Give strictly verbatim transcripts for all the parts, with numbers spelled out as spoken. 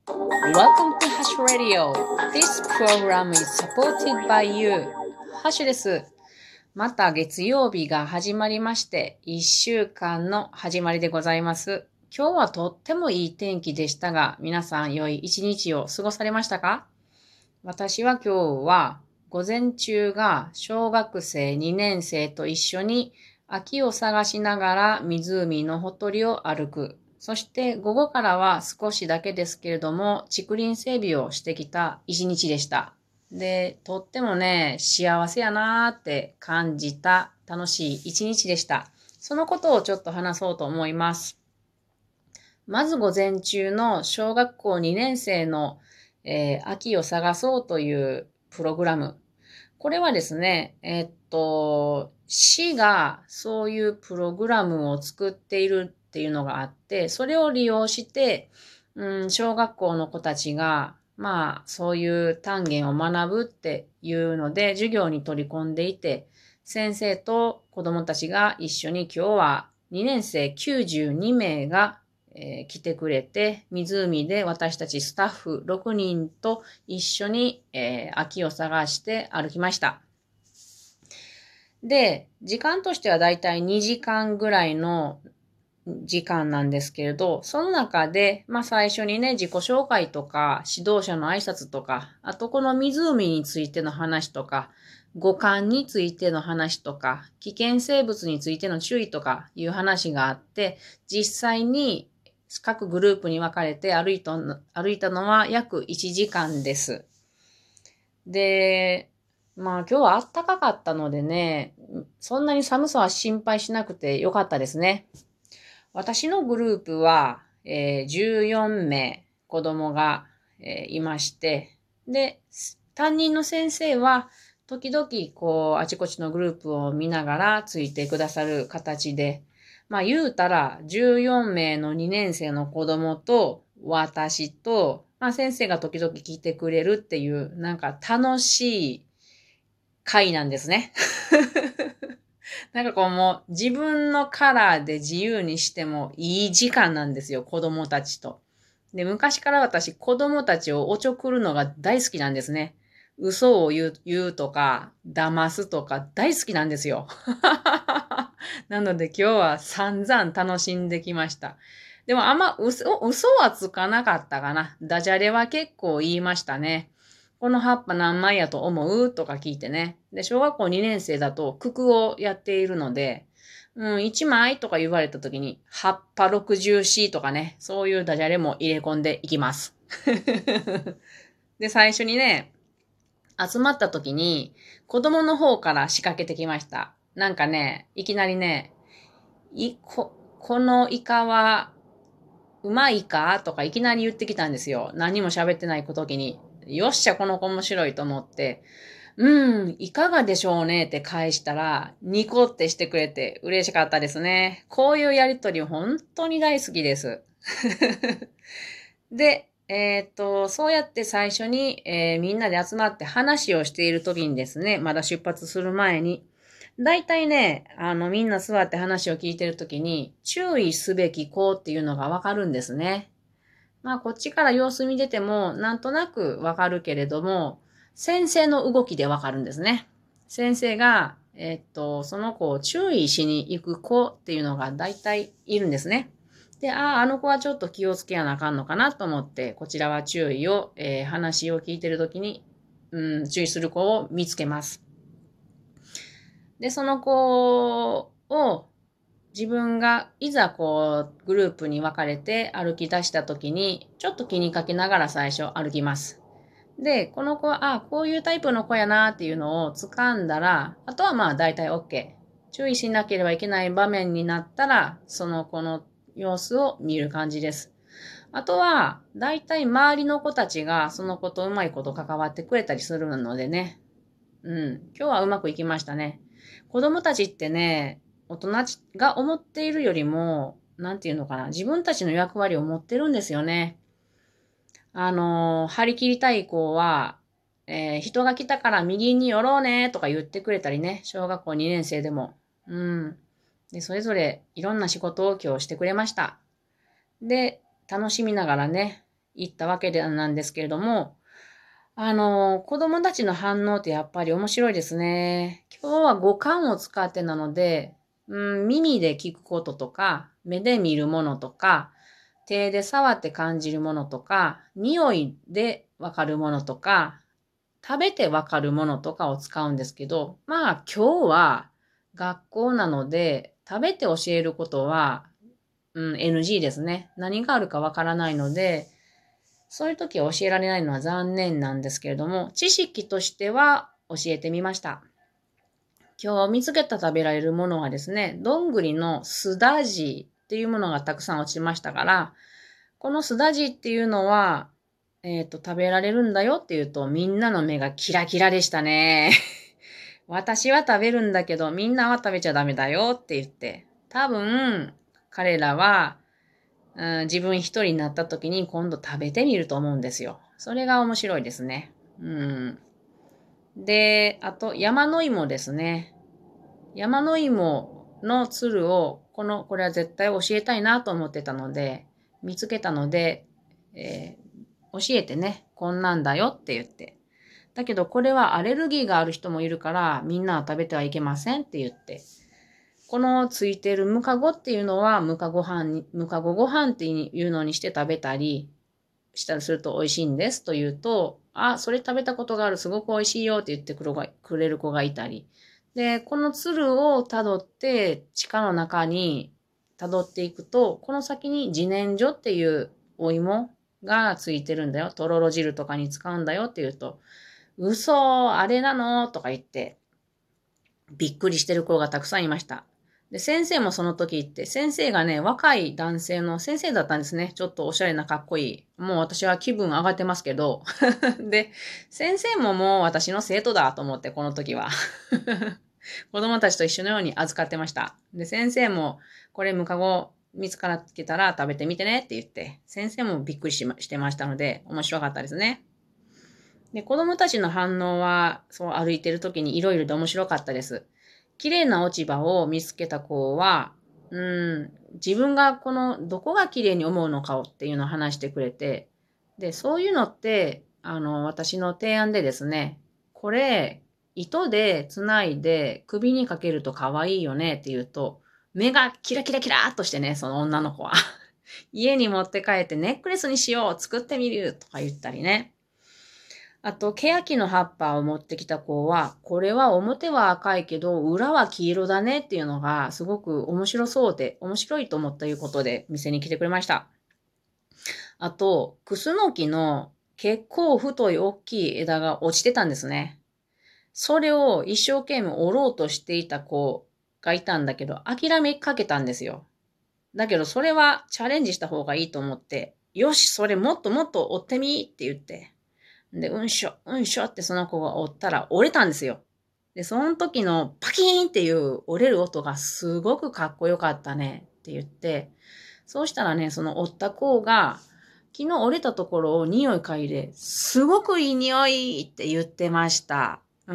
Welcome to Hash Radio. This program is supported by you. ハッシュです。また月曜日が始まりまして、いっしゅうかんの始まりでございます。今日はとってもいい天気でしたが、皆さん良い一日を過ごされましたか？私は今日は午前中が小学生にねん生と一緒に秋を探しながら湖のほとりを歩く。そして午後からは少しだけですけれども竹林整備をしてきた一日でした。で、とってもね、幸せやなーって感じた楽しい一日でした。そのことをちょっと話そうと思います。まず午前中の小学校にねん生の、えー秋を探そうというプログラム。これはですね、えっと、市がそういうプログラムを作っているっていうのがあって、それを利用して、うん、小学校の子たちが、まあ、そういう単元を学ぶっていうので、授業に取り込んでいて、先生と子供たちが一緒に今日はにねん生きゅうじゅうにめいが、えー来てくれて、湖で私たちスタッフろくにんと一緒に、えー秋を探して歩きました。で、時間としてはだいたいにじかんぐらいの時間なんですけれど、その中で、まあ最初にね、自己紹介とか、指導者の挨拶とか、あとこの湖についての話とか、五感についての話とか、危険生物についての注意とかいう話があって、実際に各グループに分かれて歩いた歩いたのは約いちじかんです。で、まあ今日は暖かかったのでね、そんなに寒さは心配しなくてよかったですね。私のグループは、えーじゅうよんめい子供が、えーいまして、で、担任の先生は、時々、こう、あちこちのグループを見ながらついてくださる形で、まあ言うたら、じゅうよんめいのにねん生の子供と、私と、まあ先生が時々聞いてくれるっていう、なんか楽しい会なんですね。なんかこうもう自分のカラーで自由にしてもいい時間なんですよ、子供たちと。で、昔から私子供たちをおちょくるのが大好きなんですね。嘘を言う、言うとか、騙すとか大好きなんですよ。なので今日は散々楽しんできました。でもあんま嘘、嘘はつかなかったかな。ダジャレは結構言いましたね。この葉っぱ何枚やと思うとか聞いてね。で、小学校にねん生だと九九をやっているので、うん、いちまいとか言われた時に、葉っぱろくじゅうよんとかね、そういうダジャレも入れ込んでいきます。で、最初にね、集まった時に、子供の方から仕掛けてきました。なんかね、いきなりね、い、こ、このイカは、うまいかとかいきなり言ってきたんですよ。何も喋ってない時に。よっしゃ、この子面白いと思って、うん、いかがでしょうねって返したら、ニコってしてくれて嬉しかったですね。こういうやりとり本当に大好きです。で、えーっと、そうやって最初に、えーみんなで集まって話をしている時にですね、まだ出発する前に、だいたいね、あの、みんな座って話を聞いてる時に、注意すべき子っていうのがわかるんですね。まあ、こっちから様子見てても、なんとなくわかるけれども、先生の動きでわかるんですね。先生が、えっと、その子を注意しに行く子っていうのが大体いるんですね。で、ああ、あの子はちょっと気をつけやなあかんのかなと思って、こちらは注意を、えー話を聞いてるときに、うん、注意する子を見つけます。で、その子を自分がいざこうグループに分かれて歩き出した時にちょっと気にかけながら最初歩きます。で、この子は、あ、こういうタイプの子やなっていうのを掴んだら、あとはまあ大体 OK。注意しなければいけない場面になったら、その子の様子を見る感じです。あとは、大体周りの子たちがその子とうまいこと関わってくれたりするのでね。うん。今日はうまくいきましたね。子供たちってね、大人が思っているよりも、なんていうのかな、自分たちの役割を持ってるんですよね。あの、張り切りたい子は、えー人が来たから右に寄ろうねとか言ってくれたりね、小学校にねん生でも。うん。で、それぞれいろんな仕事を今日してくれました。で、楽しみながらね、 行ったわけでなんですけれども、あの、子供たちの反応ってやっぱり面白いですね。今日は五感を使ってなので、うん、耳で聞くこととか、目で見るものとか、手で触って感じるものとか、匂いでわかるものとか、食べてわかるものとかを使うんですけど、まあ今日は学校なので、食べて教えることは、うん、エヌジー ですね。何があるかわからないので、そういう時は教えられないのは残念なんですけれども、知識としては教えてみました。今日見つけた食べられるものはですね、どんぐりのすだじっていうものがたくさん落ちましたから、このすだじっていうのは、えっと、食べられるんだよっていうと、みんなの目がキラキラでしたね。私は食べるんだけど、みんなは食べちゃダメだよって言って、多分、彼らは、うん、自分一人になった時に今度食べてみると思うんですよ。それが面白いですね。うん。で、あと、山の芋ですね。山の芋のつるを、この、これは絶対教えたいなと思ってたので、見つけたので、えー教えてね、こんなんだよって言って。だけどこれはアレルギーがある人もいるから、みんなは食べてはいけませんって言って。このついてるムカゴっていうのは、ムカゴ飯に、ムカゴご飯っていうのにして食べたりしたりすると美味しいんですと言うと、あ、それ食べたことがある、すごく美味しいよって言ってくれる子がいたり。で、このつるを辿って地下の中に辿っていくと、この先に自然薯っていうお芋がついてるんだよ。とろろ汁とかに使うんだよって言うと、嘘、あれなのとか言って、びっくりしてる子がたくさんいました。で、先生もその時行って、先生がね、若い男性の先生だったんですね。ちょっとおしゃれなかっこいい。もう私は気分上がってますけど。で、先生ももう私の生徒だと思って、この時は。子供たちと一緒のように預かってました。で、先生も、これムカゴ見つからつけたら食べてみてねって言って、先生もびっくりしましてましたので、面白かったですね。で、子供たちの反応は、そう歩いてる時にいろいろで面白かったです。綺麗な落ち葉を見つけた子は、うん、自分がこの、どこが綺麗に思うのかをっていうのを話してくれて、で、そういうのって、あの、私の提案でですね、これ、糸で繋いで首にかけると可愛いよねって言うと、目がキラキラキラーっとしてね、その女の子は。家に持って帰ってネックレスにしよう、作ってみるとか言ったりね。あと、欅の葉っぱを持ってきた子は、これは表は赤いけど、裏は黄色だねっていうのがすごく面白そうで、面白いと思ったいうことで店に来てくれました。あと、クスノキの結構太い大きい枝が落ちてたんですね。それを一生懸命折ろうとしていた子がいたんだけど、諦めかけたんですよ。だけど、それはチャレンジした方がいいと思って、よし、それもっともっと折ってみって言って、で、うんしょ、うんしょってその子が折ったら折れたんですよ。で、その時のパキーンっていう折れる音がすごくかっこよかったねって言って、そうしたらね、その折った子が、昨日折れたところを匂い嗅いで、すごくいい匂いって言ってました。うん。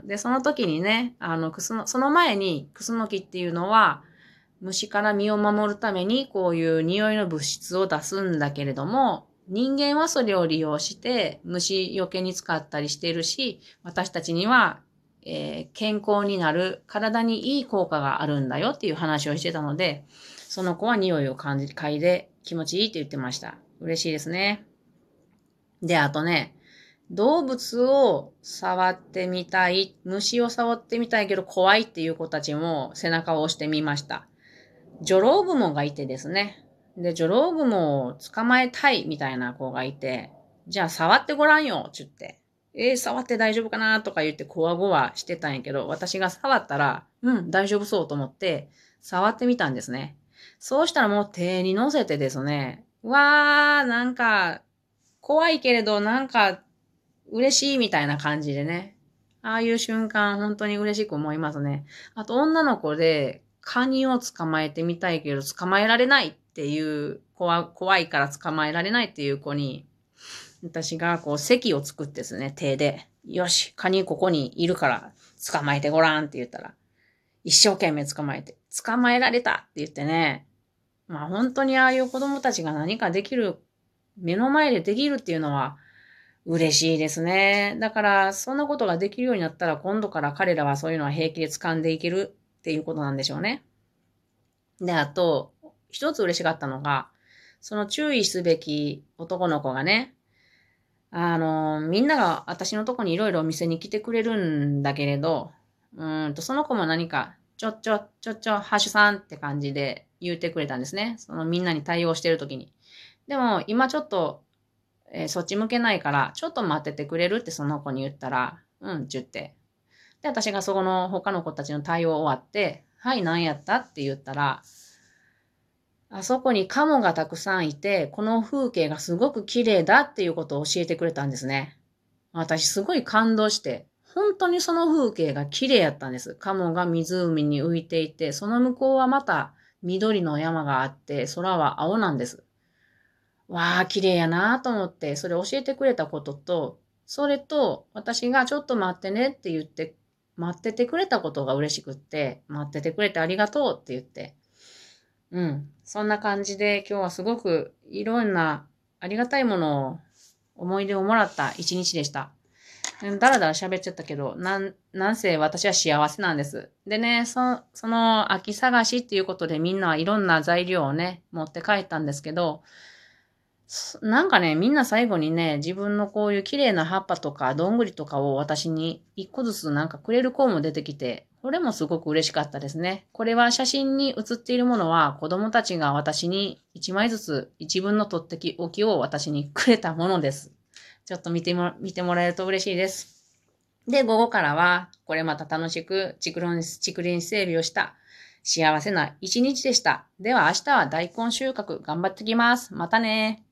で、その時にね、あの、クスの、その前にクスノキっていうのは、虫から身を守るためにこういう匂いの物質を出すんだけれども、人間はそれを利用して虫除けに使ったりしているし、私たちには、えー健康になる、体にいい効果があるんだよっていう話をしてたので、その子は匂いを感じ、嗅いで気持ちいいって言ってました。嬉しいですね。で、あとね、動物を触ってみたい、虫を触ってみたいけど怖いっていう子たちも背中を押してみました。ジョロウグモがいてですね。で、ジョロウグモを捕まえたいみたいな子がいて、じゃあ触ってごらんよ、ちゅって。えー、触って大丈夫かなとか言ってこわごわしてたんやけど、私が触ったら、うん、大丈夫そうと思って、触ってみたんですね。そうしたらもう手に乗せてですね、わー、なんか、怖いけれど、なんか、嬉しいみたいな感じでね。ああいう瞬間、本当に嬉しく思いますね。あと、女の子で、カニを捕まえてみたいけど、捕まえられないっていう子は、怖いから捕まえられないっていう子に、私がこう、席を作ってですね、手で、よし、カニここにいるから、捕まえてごらんって言ったら、一生懸命捕まえて、捕まえられたって言ってね、まあ本当にああいう子供たちが何かできる目の前でできるっていうのは嬉しいですね。だから、そんなことができるようになったら、今度から彼らはそういうのは平気で掴んでいけるっていうことなんでしょうね。で、あと、一つ嬉しかったのが、その注意すべき男の子がね、あの、みんなが私のとこにいろいろお店に来てくれるんだけれど、うーんと、その子も何か、ちょっちょ、ちょっちょ、ハッシュさんって感じで言ってくれたんですね。そのみんなに対応してるときに。でも、今ちょっと、えーそっち向けないから、ちょっと待っててくれるってその子に言ったら、うんって言って。で、私がそこの他の子たちの対応終わって、はい、何やったって言ったら、あそこにカモがたくさんいて、この風景がすごく綺麗だっていうことを教えてくれたんですね。私すごい感動して、本当にその風景が綺麗やったんです。カモが湖に浮いていて、その向こうはまた緑の山があって、空は青なんです。わあ、綺麗やなと思って、それ教えてくれたことと、それと、私がちょっと待ってねって言って、待っててくれたことが嬉しくって、待っててくれてありがとうって言って、うん。そんな感じで今日はすごくいろんなありがたいものを、思い出をもらった一日でした。うんだらだら喋っちゃったけど、なん、なんせ私は幸せなんです。でね、そ、その秋探しっていうことでみんないろんな材料をね、持って帰ったんですけど、そなんかね、みんな最後にね、自分のこういう綺麗な葉っぱとか、どんぐりとかを私に一個ずつなんかくれる子も出てきて、これもすごく嬉しかったですね。これは写真に写っているものは子供たちが私に一枚ずつ一文の取ってき置きを私にくれたものです。ちょっと見ても、見てもらえると嬉しいです。で、午後からは、これまた楽しく竹林、竹林整備をした幸せな一日でした。では明日は大根収穫頑張ってきます。またね。